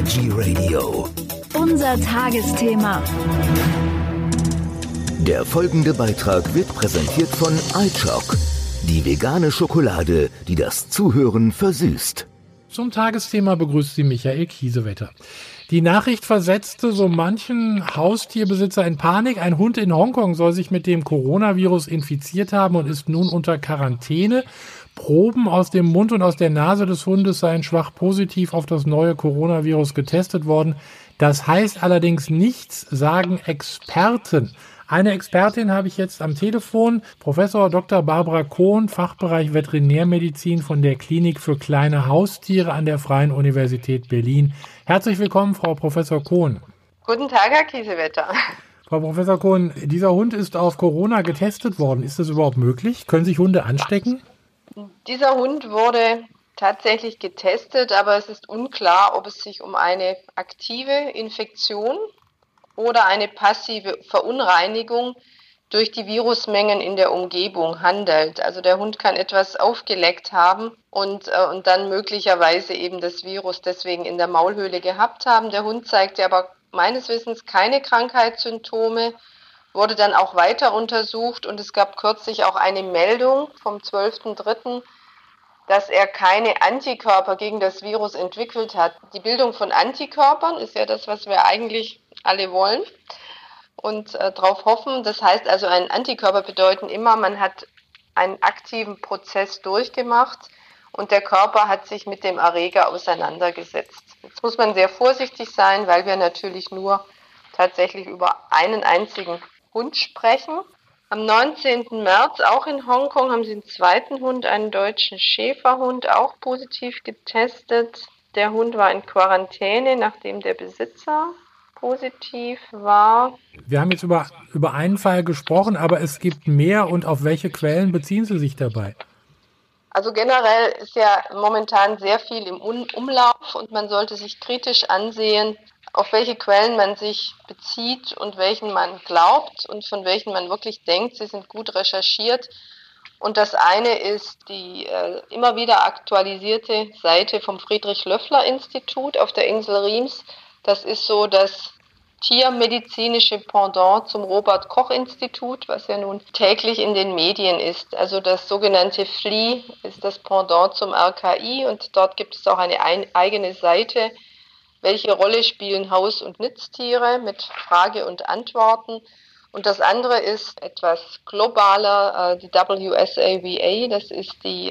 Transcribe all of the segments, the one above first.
Veggie Radio. Unser Tagesthema. Der folgende Beitrag wird präsentiert von iChoc, die vegane Schokolade, die das Zuhören versüßt. Zum Tagesthema begrüßt Sie Michael Kiesewetter. Die Nachricht versetzte so manchen Haustierbesitzer in Panik. Ein Hund in Hongkong soll sich mit dem Coronavirus infiziert haben und ist nun unter Quarantäne. Proben aus dem Mund und aus der Nase des Hundes seien schwach positiv auf das neue Coronavirus getestet worden. Das heißt allerdings nichts, sagen Experten. Eine Expertin habe ich jetzt am Telefon, Professor Dr. Barbara Kohn, Fachbereich Veterinärmedizin von der Klinik für kleine Haustiere an der Freien Universität Berlin. Herzlich willkommen, Frau Professor Kohn. Guten Tag, Herr Kiesewetter. Frau Professor Kohn, dieser Hund ist auf Corona getestet worden. Ist das überhaupt möglich? Können sich Hunde anstecken? Dieser Hund wurde tatsächlich getestet, aber es ist unklar, ob es sich um eine aktive Infektion oder eine passive Verunreinigung durch die Virusmengen in der Umgebung handelt. Also der Hund kann etwas aufgeleckt haben und dann möglicherweise eben das Virus deswegen in der Maulhöhle gehabt haben. Der Hund zeigte aber meines Wissens keine Krankheitssymptome, wurde dann auch weiter untersucht und es gab kürzlich auch eine Meldung vom 12.03., dass er keine Antikörper gegen das Virus entwickelt hat. Die Bildung von Antikörpern ist ja das, was wir eigentlich alle wollen und darauf hoffen. Das heißt also, ein Antikörper bedeuten immer, man hat einen aktiven Prozess durchgemacht und der Körper hat sich mit dem Erreger auseinandergesetzt. Jetzt muss man sehr vorsichtig sein, weil wir natürlich nur tatsächlich über einen einzigen Hund sprechen. Am 19. März, auch in Hongkong, haben sie einen zweiten Hund, einen deutschen Schäferhund, auch positiv getestet. Der Hund war in Quarantäne, nachdem der Besitzer positiv war. Wir haben jetzt über einen Fall gesprochen, aber es gibt mehr. Und auf welche Quellen beziehen Sie sich dabei? Also generell ist ja momentan sehr viel im Umlauf und man sollte sich kritisch ansehen, auf welche Quellen man sich bezieht und welchen man glaubt und von welchen man wirklich denkt, sie sind gut recherchiert. Und das eine ist die immer wieder aktualisierte Seite vom Friedrich-Löffler-Institut auf der Insel Riems. Das ist so das tiermedizinische Pendant zum Robert-Koch-Institut, was ja nun täglich in den Medien ist. Also das sogenannte FLI ist das Pendant zum RKI und dort gibt es auch eine eigene Seite, welche Rolle spielen Haus- und Nutztiere mit Frage und Antworten. Und das andere ist etwas globaler, die WSAVA, das ist die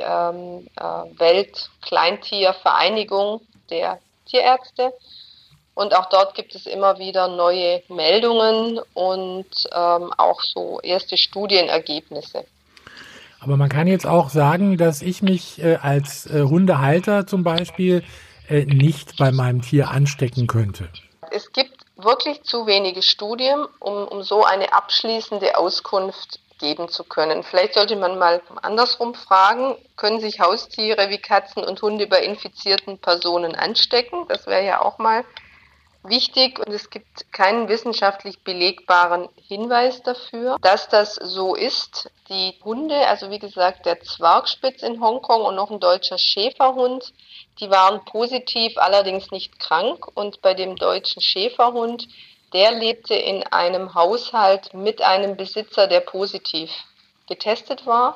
Weltkleintiervereinigung der Tierärzte. Und auch dort gibt es immer wieder neue Meldungen und auch so erste Studienergebnisse. Aber man kann jetzt auch sagen, dass ich mich als Hundehalter zum Beispiel nicht bei meinem Tier anstecken könnte. Es gibt wirklich zu wenige Studien, um so eine abschließende Auskunft geben zu können. Vielleicht sollte man mal andersrum fragen, können sich Haustiere wie Katzen und Hunde bei infizierten Personen anstecken? Das wäre ja auch mal wichtig und es gibt keinen wissenschaftlich belegbaren Hinweis dafür, dass das so ist. Die Hunde, also wie gesagt der Zwergspitz in Hongkong und noch ein deutscher Schäferhund, die waren positiv, allerdings nicht krank. Und bei dem deutschen Schäferhund, der lebte in einem Haushalt mit einem Besitzer, der positiv getestet war.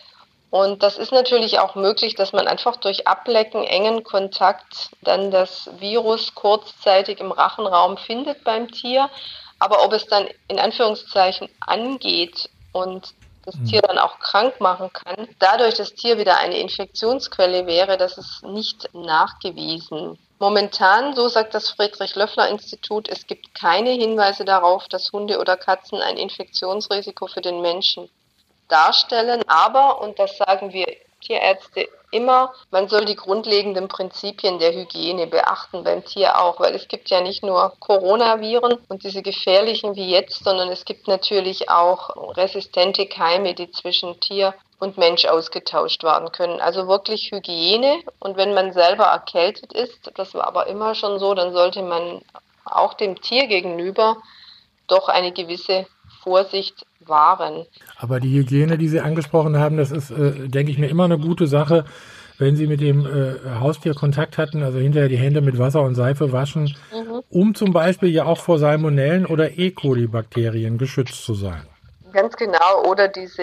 Und das ist natürlich auch möglich, dass man einfach durch Ablecken, engen Kontakt dann das Virus kurzzeitig im Rachenraum findet beim Tier. Aber ob es dann in Anführungszeichen angeht und das Tier dann auch krank machen kann, dadurch das Tier wieder eine Infektionsquelle wäre, das ist nicht nachgewiesen. Momentan, so sagt das Friedrich-Löffler-Institut, es gibt keine Hinweise darauf, dass Hunde oder Katzen ein Infektionsrisiko für den Menschen darstellen. Aber, und das sagen wir Tierärzte immer, man soll die grundlegenden Prinzipien der Hygiene beachten, beim Tier auch, weil es gibt ja nicht nur Coronaviren und diese gefährlichen wie jetzt, sondern es gibt natürlich auch resistente Keime, die zwischen Tier und Mensch ausgetauscht werden können. Also wirklich Hygiene und wenn man selber erkältet ist, das war aber immer schon so, dann sollte man auch dem Tier gegenüber doch eine gewisse Vorsicht wahren. Aber die Hygiene, die Sie angesprochen haben, das ist, denke ich mir, immer eine gute Sache. wenn Sie mit dem Haustier Kontakt hatten, also hinterher die Hände mit Wasser und Seife waschen, um zum Beispiel ja auch vor Salmonellen oder E. coli-Bakterien geschützt zu sein. Ganz genau, oder diese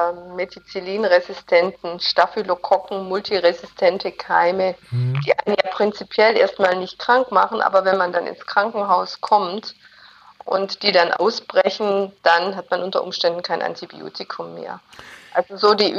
Methicillin-resistenten Staphylokokken, multiresistente Keime, die einen ja prinzipiell erstmal nicht krank machen, aber wenn man dann ins Krankenhaus kommt und die dann ausbrechen, dann hat man unter Umständen kein Antibiotikum mehr. Also so der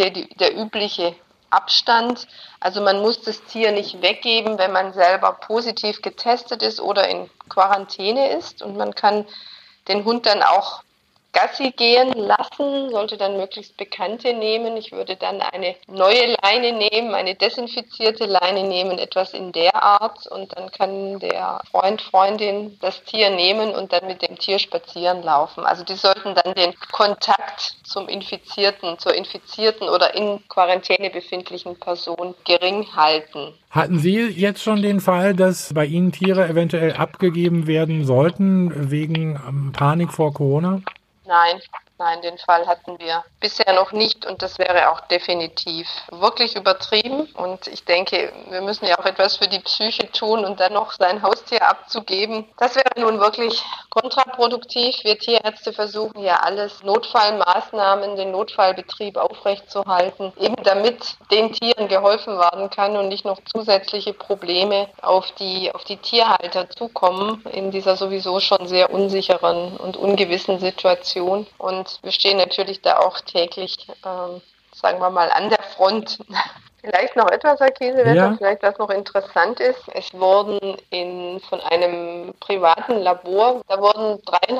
übliche Abstand. Also man muss das Tier nicht weggeben, wenn man selber positiv getestet ist oder in Quarantäne ist. Und man kann den Hund dann auch Gassi gehen lassen, sollte dann möglichst Bekannte nehmen. Ich würde dann eine neue Leine nehmen, eine desinfizierte Leine nehmen, etwas in der Art. Und dann kann der Freundin das Tier nehmen und dann mit dem Tier spazieren laufen. Also die sollten dann den Kontakt zur infizierten oder in Quarantäne befindlichen Person gering halten. Hatten Sie jetzt schon den Fall, dass bei Ihnen Tiere eventuell abgegeben werden sollten wegen Panik vor Corona? Nein, den Fall hatten wir bisher noch nicht und das wäre auch definitiv wirklich übertrieben. Und ich denke, wir müssen ja auch etwas für die Psyche tun und dann noch sein Haustier abzugeben. Das wäre nun wirklich kontraproduktiv. Wir Tierärzte versuchen ja alles, Notfallmaßnahmen, den Notfallbetrieb aufrechtzuerhalten, eben damit den Tieren geholfen werden kann und nicht noch zusätzliche Probleme auf die Tierhalter zukommen in dieser sowieso schon sehr unsicheren und ungewissen Situation. Und wir stehen natürlich da auch täglich, sagen wir mal, an der Front. Vielleicht noch etwas, Herr Kiesewetter, vielleicht was noch interessant ist. Es wurden von einem privaten Labor, da wurden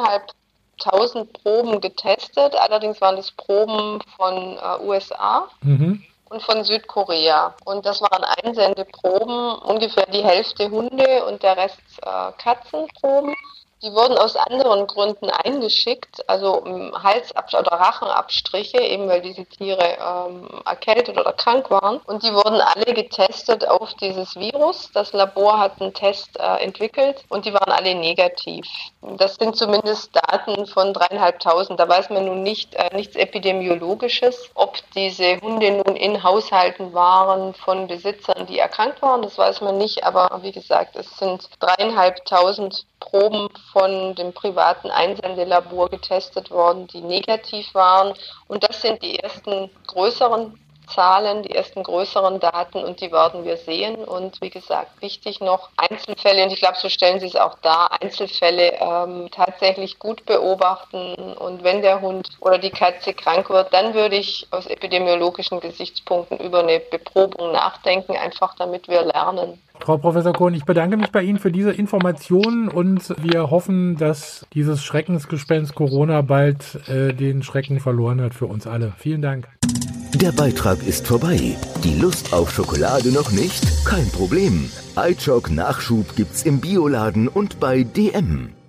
3.500 Proben getestet. Allerdings waren das Proben von USA. Und von Südkorea. Und das waren Einsendeproben, ungefähr die Hälfte Hunde und der Rest Katzenproben. Die wurden aus anderen Gründen eingeschickt, also oder Rachenabstriche, eben weil diese Tiere erkältet oder krank waren. Und die wurden alle getestet auf dieses Virus. Das Labor hat einen Test entwickelt und die waren alle negativ. Das sind zumindest Daten von 3.500. Da weiß man nun nichts Epidemiologisches. Ob diese Hunde nun in Haushalten waren von Besitzern, die erkrankt waren, das weiß man nicht. Aber wie gesagt, es sind 3.500 Proben von dem privaten Einsendelabor getestet worden, die negativ waren. Und das sind die ersten größeren Zahlen, die ersten größeren Daten und die werden wir sehen. Und wie gesagt, wichtig noch, Einzelfälle, und ich glaube, so stellen Sie es auch dar, Einzelfälle tatsächlich gut beobachten. Und wenn der Hund oder die Katze krank wird, dann würde ich aus epidemiologischen Gesichtspunkten über eine Beprobung nachdenken, einfach damit wir lernen. Frau Professor Kohn, ich bedanke mich bei Ihnen für diese Informationen und wir hoffen, dass dieses Schreckensgespenst Corona bald den Schrecken verloren hat für uns alle. Vielen Dank. Der Beitrag ist vorbei. Die Lust auf Schokolade noch nicht? Kein Problem. iChoc Nachschub gibt's im Bioladen und bei DM.